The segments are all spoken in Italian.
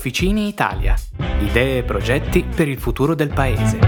Officine Italia. Idee e progetti per il futuro del paese.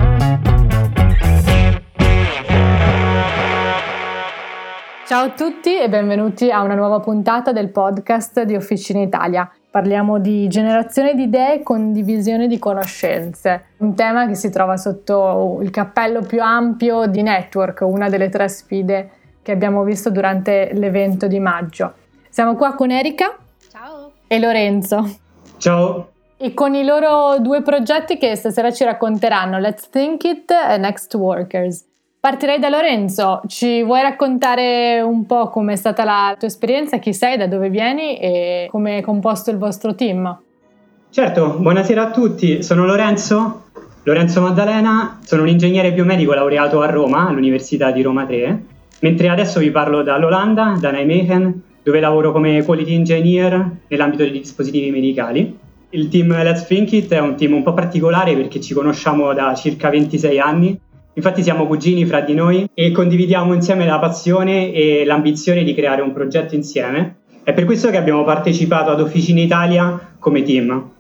Ciao a tutti e benvenuti a una nuova puntata del podcast di Officine Italia. Parliamo di generazione di idee e condivisione di conoscenze, un tema che si trova sotto il cappello più ampio di network, una delle 3 sfide che abbiamo visto durante l'evento di maggio. Siamo qua con Erika. Ciao. E Lorenzo. Ciao. E con i loro 2 progetti che stasera ci racconteranno, Let's Think It e Next Workers. Partirei da Lorenzo, ci vuoi raccontare un po' com'è stata la tua esperienza, chi sei, da dove vieni e come è composto il vostro team? Certo, buonasera a tutti, sono Lorenzo Maddalena, sono un ingegnere biomedico laureato a Roma, all'Università di Roma 3, mentre adesso vi parlo dall'Olanda, da Nijmegen, dove lavoro come Quality Engineer nell'ambito dei dispositivi medicali. Il team Let's Think It è un team un po' particolare perché ci conosciamo da circa 26 anni. Infatti siamo cugini fra di noi e condividiamo insieme la passione e l'ambizione di creare un progetto insieme. È per questo che abbiamo partecipato ad Officine Italia come team.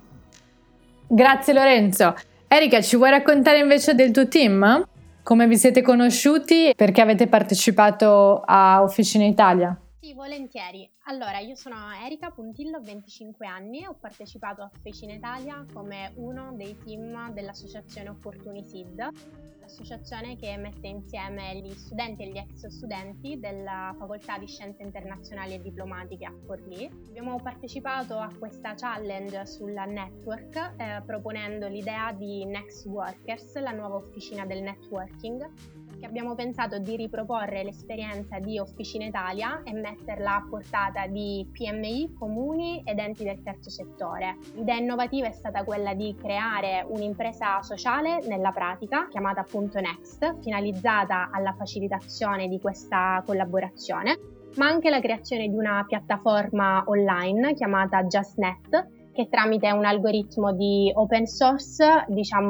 Grazie Lorenzo. Erika, ci vuoi raccontare invece del tuo team? Come vi siete conosciuti e perché avete partecipato a Officine Italia? Sì, volentieri. Allora, io sono Erika Puntillo, ho 25 anni e ho partecipato a Officine Italia come uno dei team dell'associazione Opportuni SID, l'associazione che mette insieme gli studenti e gli ex studenti della Facoltà di Scienze Internazionali e Diplomatiche a Forlì. Abbiamo partecipato a questa challenge sulla network proponendo l'idea di Next Workers, la nuova officina del networking, che abbiamo pensato di riproporre l'esperienza di Officine Italia e metterla a portata di PMI, comuni ed enti del terzo settore. L'idea innovativa è stata quella di creare un'impresa sociale nella pratica, chiamata appunto Next, finalizzata alla facilitazione di questa collaborazione, ma anche la creazione di una piattaforma online chiamata JustNet, che tramite un algoritmo di open source,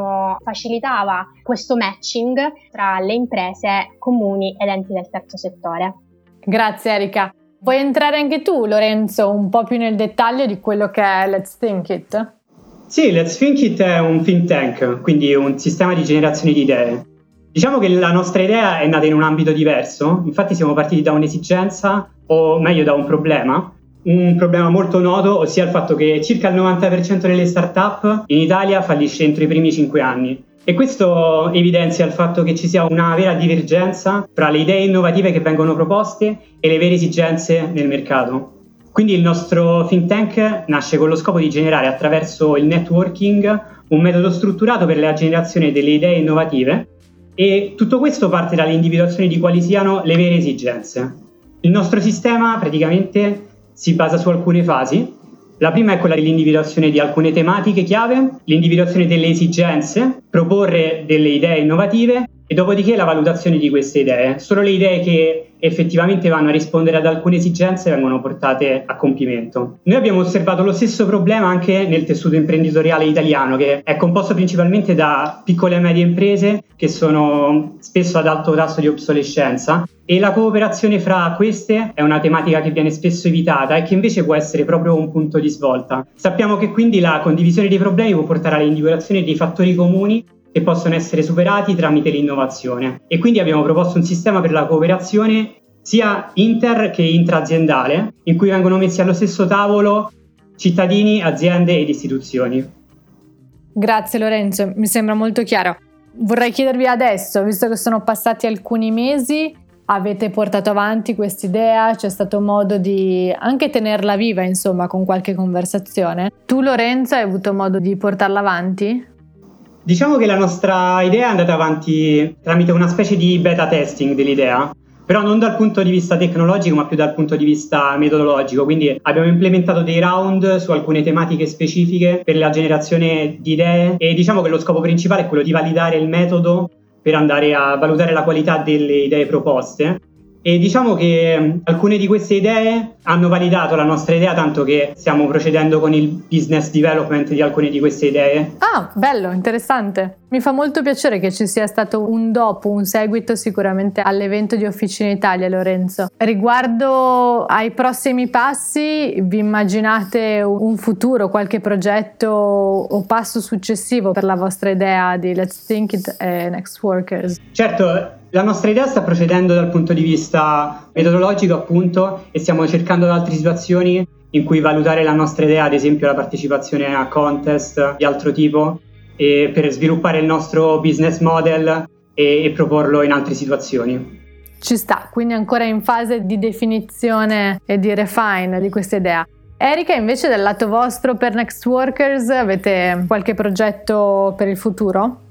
facilitava questo matching tra le imprese, comuni ed enti del terzo settore. Grazie Erika. Vuoi entrare anche tu, Lorenzo, un po' più nel dettaglio di quello che è Let's Think It? Sì, Let's Think It è un think tank, quindi un sistema di generazione di idee. Diciamo che la nostra idea è nata in un ambito diverso, infatti siamo partiti da un'esigenza, o meglio da un problema molto noto, ossia il fatto che circa il 90% delle start-up in Italia fallisce entro i primi 5 anni. E questo evidenzia il fatto che ci sia una vera divergenza tra le idee innovative che vengono proposte e le vere esigenze nel mercato. Quindi il nostro think tank nasce con lo scopo di generare attraverso il networking un metodo strutturato per la generazione delle idee innovative, e tutto questo parte dall'individuazione di quali siano le vere esigenze. Il nostro sistema praticamente si basa su alcune fasi. La prima è quella dell'individuazione di alcune tematiche chiave, l'individuazione delle esigenze, proporre delle idee innovative e dopodiché la valutazione di queste idee. Solo le idee che effettivamente vanno a rispondere ad alcune esigenze vengono portate a compimento. Noi abbiamo osservato lo stesso problema anche nel tessuto imprenditoriale italiano, che è composto principalmente da piccole e medie imprese che sono spesso ad alto tasso di obsolescenza, e la cooperazione fra queste è una tematica che viene spesso evitata e che invece può essere proprio un punto di svolta. Sappiamo che quindi la condivisione dei problemi può portare all'individuazione dei fattori comuni che possono essere superati tramite l'innovazione, e quindi abbiamo proposto un sistema per la cooperazione sia inter che intraaziendale, in cui vengono messi allo stesso tavolo cittadini, aziende ed istituzioni. Grazie Lorenzo, mi sembra molto chiaro. Vorrei chiedervi adesso, visto che sono passati alcuni mesi, avete portato avanti quest'idea? C'è stato modo di anche tenerla viva, insomma, con qualche conversazione? Tu Lorenzo hai avuto modo di portarla avanti? Diciamo che la nostra idea è andata avanti tramite una specie di beta testing dell'idea, però non dal punto di vista tecnologico ma più dal punto di vista metodologico. Quindi abbiamo implementato dei round su alcune tematiche specifiche per la generazione di idee, e diciamo che lo scopo principale è quello di validare il metodo per andare a valutare la qualità delle idee proposte, E diciamo che alcune di queste idee hanno validato la nostra idea, tanto che stiamo procedendo con il business development di alcune di queste idee. Ah, bello, interessante. Mi fa molto piacere che ci sia stato un dopo, un seguito sicuramente all'evento di Officina Italia, Lorenzo. Riguardo ai prossimi passi, vi immaginate un futuro, qualche progetto o passo successivo per la vostra idea di Let's Think It Next Workers? Certo, la nostra idea sta procedendo dal punto di vista metodologico, appunto, e stiamo cercando altre situazioni in cui valutare la nostra idea, ad esempio la partecipazione a contest di altro tipo, e per sviluppare il nostro business model e proporlo in altre situazioni. Ci sta, quindi ancora in fase di definizione e di refine di questa idea. Erika, invece dal lato vostro per Next Workers avete qualche progetto per il futuro?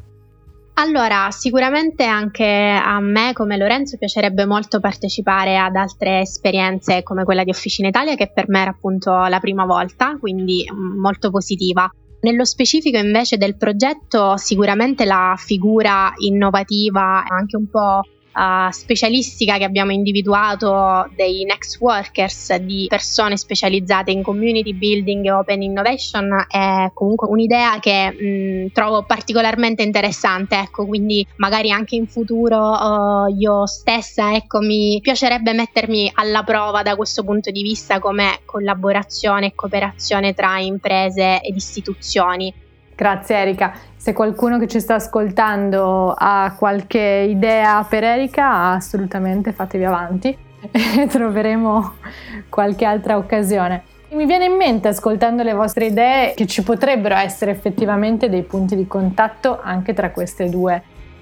Allora, sicuramente anche a me, come Lorenzo, piacerebbe molto partecipare ad altre esperienze come quella di Officina Italia, che per me era appunto la prima volta, quindi molto positiva. Nello specifico invece del progetto, sicuramente la figura innovativa, anche un po' specialistica che abbiamo individuato dei Next Workers, di persone specializzate in community building e open innovation, è comunque un'idea che trovo particolarmente interessante, ecco, quindi magari anche in futuro io stessa, ecco, mi piacerebbe mettermi alla prova da questo punto di vista come collaborazione e cooperazione tra imprese ed istituzioni. Grazie Erika. Se qualcuno che ci sta ascoltando ha qualche idea per Erika, assolutamente fatevi avanti e troveremo qualche altra occasione. Mi viene in mente, ascoltando le vostre idee, che ci potrebbero essere effettivamente dei punti di contatto anche tra queste due.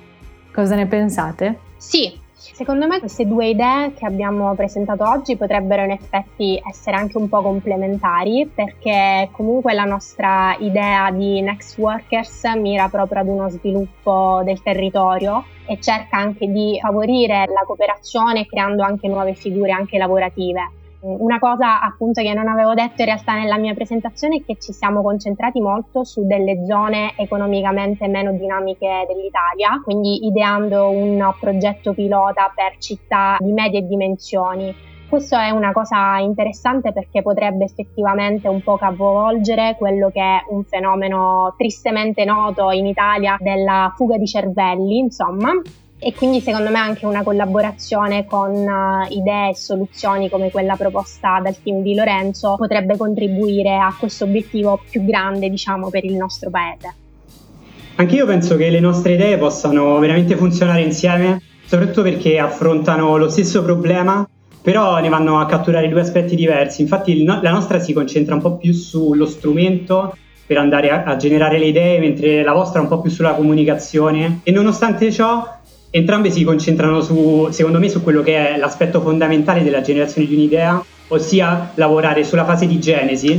Cosa ne pensate? Sì. Secondo me queste due idee che abbiamo presentato oggi potrebbero in effetti essere anche un po' complementari, perché comunque la nostra idea di Next Workers mira proprio ad uno sviluppo del territorio e cerca anche di favorire la cooperazione creando anche nuove figure anche lavorative. Una cosa appunto che non avevo detto in realtà nella mia presentazione è che ci siamo concentrati molto su delle zone economicamente meno dinamiche dell'Italia, quindi ideando un progetto pilota per città di medie dimensioni. Questo è una cosa interessante perché potrebbe effettivamente un po' capovolgere quello che è un fenomeno tristemente noto in Italia della fuga di cervelli, insomma. E quindi secondo me anche una collaborazione con idee e soluzioni come quella proposta dal team di Lorenzo potrebbe contribuire a questo obiettivo più grande, diciamo, per il nostro paese. Anche io penso che le nostre idee possano veramente funzionare insieme, soprattutto perché affrontano lo stesso problema, però ne vanno a catturare due aspetti diversi. Infatti la nostra si concentra un po' più sullo strumento per andare a generare le idee, mentre la vostra un po' più sulla comunicazione, e nonostante ciò entrambe si concentrano secondo me su quello che è l'aspetto fondamentale della generazione di un'idea, ossia lavorare sulla fase di genesi.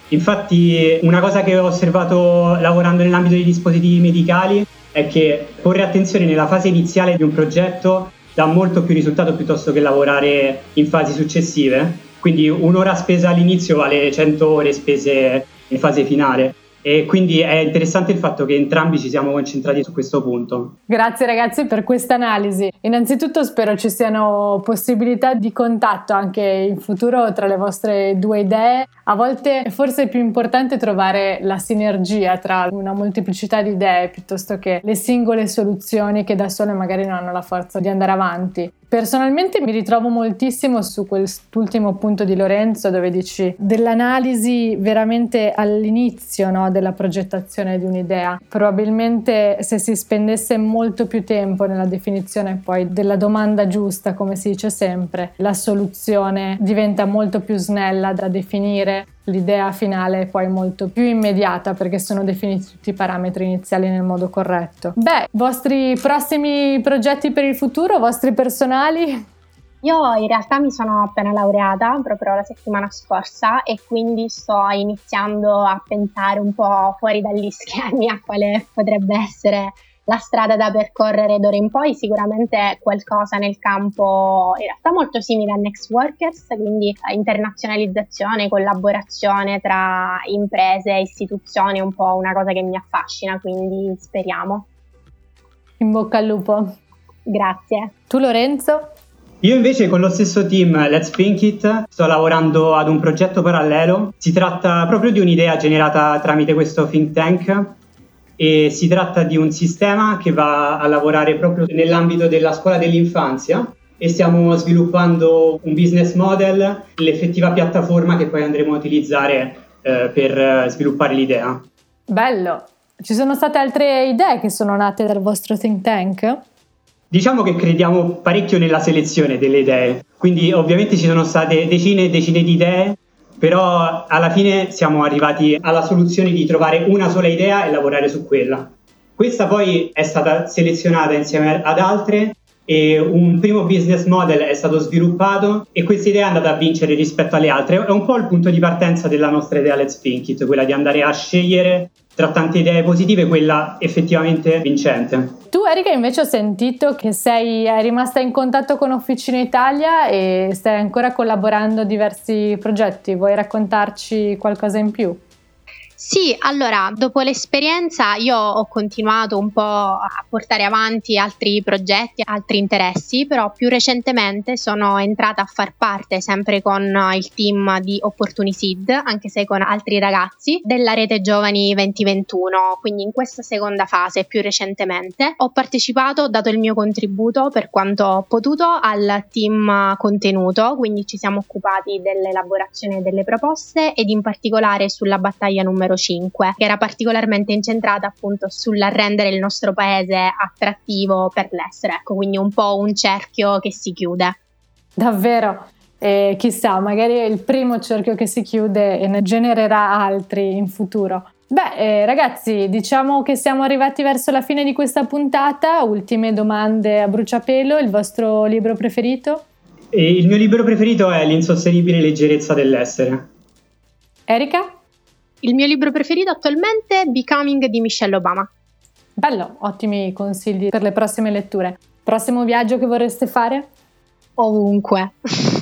Infatti una cosa che ho osservato lavorando nell'ambito dei dispositivi medicali è che porre attenzione nella fase iniziale di un progetto dà molto più risultato piuttosto che lavorare in fasi successive. Quindi un'ora spesa all'inizio vale 100 ore spese in fase finale. E quindi è interessante il fatto che entrambi ci siamo concentrati su questo punto. Grazie ragazzi per questa analisi. Innanzitutto spero ci siano possibilità di contatto anche in futuro tra le vostre due idee. A volte è forse più importante trovare la sinergia tra una molteplicità di idee piuttosto che le singole soluzioni che da sole magari non hanno la forza di andare avanti. Personalmente mi ritrovo moltissimo su quest'ultimo punto di Lorenzo, dove dici dell'analisi veramente all'inizio, no, della progettazione di un'idea. Probabilmente se si spendesse molto più tempo nella definizione poi della domanda giusta, come si dice sempre, la soluzione diventa molto più snella da definire, l'idea finale è poi molto più immediata perché sono definiti tutti i parametri iniziali nel modo corretto. Beh, vostri prossimi progetti per il futuro, vostri personali? Io in realtà mi sono appena laureata proprio la settimana scorsa e quindi sto iniziando a pensare un po' fuori dagli schemi a quale potrebbe essere la strada da percorrere d'ora in poi. Sicuramente qualcosa nel campo in realtà molto simile a Next Workers, quindi internazionalizzazione, collaborazione tra imprese e istituzioni è un po' una cosa che mi affascina, quindi speriamo. In bocca al lupo. Grazie. Tu Lorenzo? Io invece con lo stesso team Let's Think It sto lavorando ad un progetto parallelo. Si tratta proprio di un'idea generata tramite questo think tank e si tratta di un sistema che va a lavorare proprio nell'ambito della scuola dell'infanzia e stiamo sviluppando un business model, l'effettiva piattaforma che poi andremo a utilizzare per sviluppare l'idea. Bello! Ci sono state altre idee che sono nate dal vostro think tank? Diciamo che crediamo parecchio nella selezione delle idee, quindi ovviamente ci sono state decine e decine di idee, però alla fine siamo arrivati alla soluzione di trovare una sola idea e lavorare su quella. Questa poi è stata selezionata insieme ad altre e un primo business model è stato sviluppato e questa idea è andata a vincere rispetto alle altre. È un po' il punto di partenza della nostra idea Let's Think It, quella di andare a scegliere tra tante idee positive quella effettivamente vincente. Tu Erika invece ho sentito che sei rimasta in contatto con Officina Italia e stai ancora collaborando a diversi progetti, vuoi raccontarci qualcosa in più? Sì, allora, dopo l'esperienza io ho continuato un po' a portare avanti altri progetti, altri interessi, però più recentemente sono entrata a far parte, sempre con il team di Opportuniseed, anche se con altri ragazzi, della rete Giovani 2021, quindi in questa seconda fase più recentemente. Ho partecipato, ho dato il mio contributo per quanto ho potuto al team contenuto, quindi ci siamo occupati dell'elaborazione delle proposte ed in particolare sulla battaglia numero 5, che era particolarmente incentrata appunto sulla rendere il nostro paese attrattivo per l'estero, ecco, quindi un po' un cerchio che si chiude. Davvero, e chissà, magari è il primo cerchio che si chiude e ne genererà altri in futuro. Beh, ragazzi, diciamo che siamo arrivati verso la fine di questa puntata. Ultime domande a bruciapelo, il vostro libro preferito? Il mio libro preferito è L'insostenibile leggerezza dell'essere. Erika? Il mio libro preferito attualmente è Becoming di Michelle Obama. Bello, ottimi consigli per le prossime letture. Prossimo viaggio che vorreste fare? Ovunque.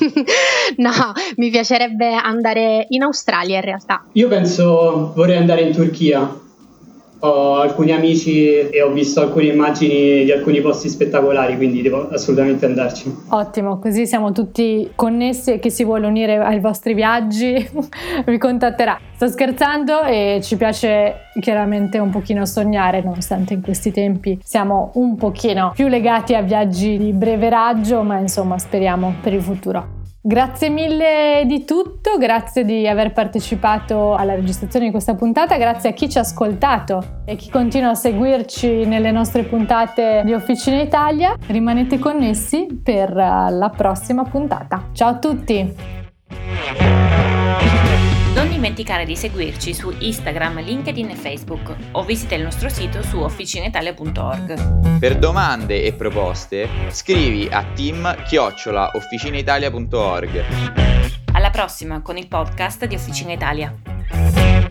No, mi piacerebbe andare in Australia in realtà. Io penso vorrei andare in Turchia. Ho alcuni amici e ho visto alcune immagini di alcuni posti spettacolari, quindi devo assolutamente andarci. Ottimo, così siamo tutti connessi e chi si vuole unire ai vostri viaggi vi contatterà. Sto scherzando e ci piace chiaramente un pochino sognare, nonostante in questi tempi siamo un pochino più legati a viaggi di breve raggio, ma insomma speriamo per il futuro. Grazie mille di tutto, grazie di aver partecipato alla registrazione di questa puntata, grazie a chi ci ha ascoltato e chi continua a seguirci nelle nostre puntate di Officina Italia. Rimanete connessi per la prossima puntata. Ciao a tutti! Non dimenticare di seguirci su Instagram, LinkedIn e Facebook o visita il nostro sito su officinaitalia.org. Per domande e proposte scrivi a team@officinaitalia.org. Alla prossima con il podcast di Officina Italia.